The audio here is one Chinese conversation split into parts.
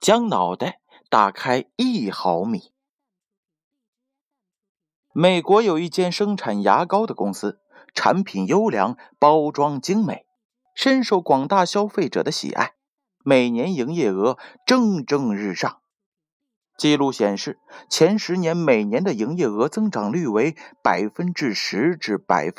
将脑袋打开1毫米。美国有一间生产牙膏的公司，产品优良，包装精美，深受广大消费者的喜爱，每年营业额蒸蒸日上。记录显示，前10年每年的营业额增长率为10%至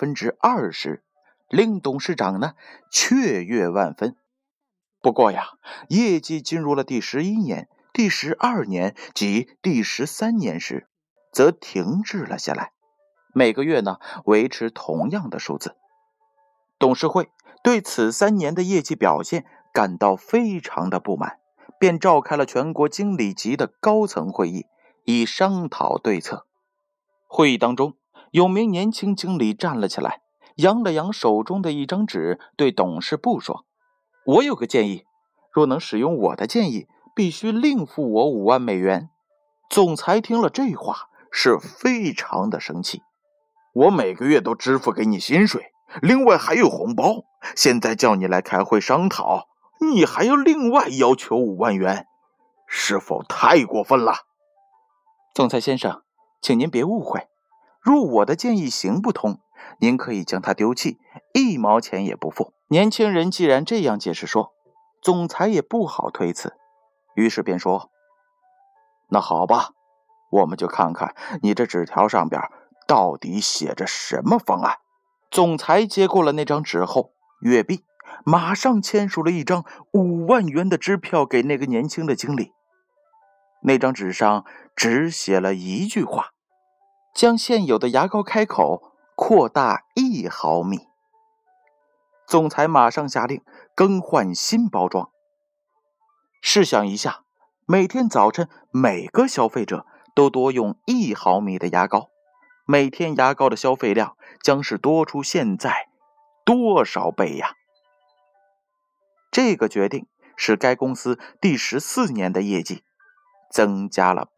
20%，令董事长呢雀跃万分。不过呀，业绩进入了第11年、第12年及第13年时，则停滞了下来，每个月呢维持同样的数字。董事会对此3年的业绩表现感到非常的不满，便召开了全国经理级的高层会议，以商讨对策。会议当中，有名年轻经理站了起来，扬了扬手中的一张纸，对董事部说：“我有个建议，若能使用我的建议，必须另付我5万美元。”总裁听了这话，是非常的生气。我每个月都支付给你薪水，另外还有红包，现在叫你来开会商讨，你还要另外要求5万元，是否太过分了？总裁先生，请您别误会，若我的建议行不通，您可以将它丢弃，1毛钱也不付。年轻人既然这样解释说，总裁也不好推辞，于是便说：“那好吧，我们就看看你这纸条上边到底写着什么方案。”总裁接过了那张纸后，阅毕，马上签署了一张5万元的支票给那个年轻的经理。那张纸上只写了一句话：将现有的牙膏开口扩大1毫米。总裁马上下令更换新包装。试想一下，每天早晨每个消费者都多用1毫米的牙膏，每天牙膏的消费量将是多出现在多少倍呀？这个决定使该公司第14年的业绩增加了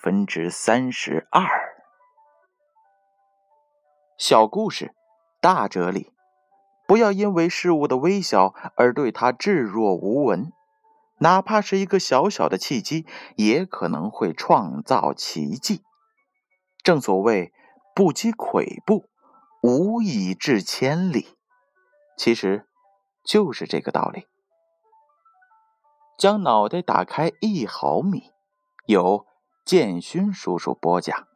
32%。小故事，大哲理，不要因为事物的微小而对它置若无闻，哪怕是一个小小的契机，也可能会创造奇迹。正所谓不积跬步，无以至千里，其实就是这个道理。将脑袋打开1毫米，由建勋叔叔播讲。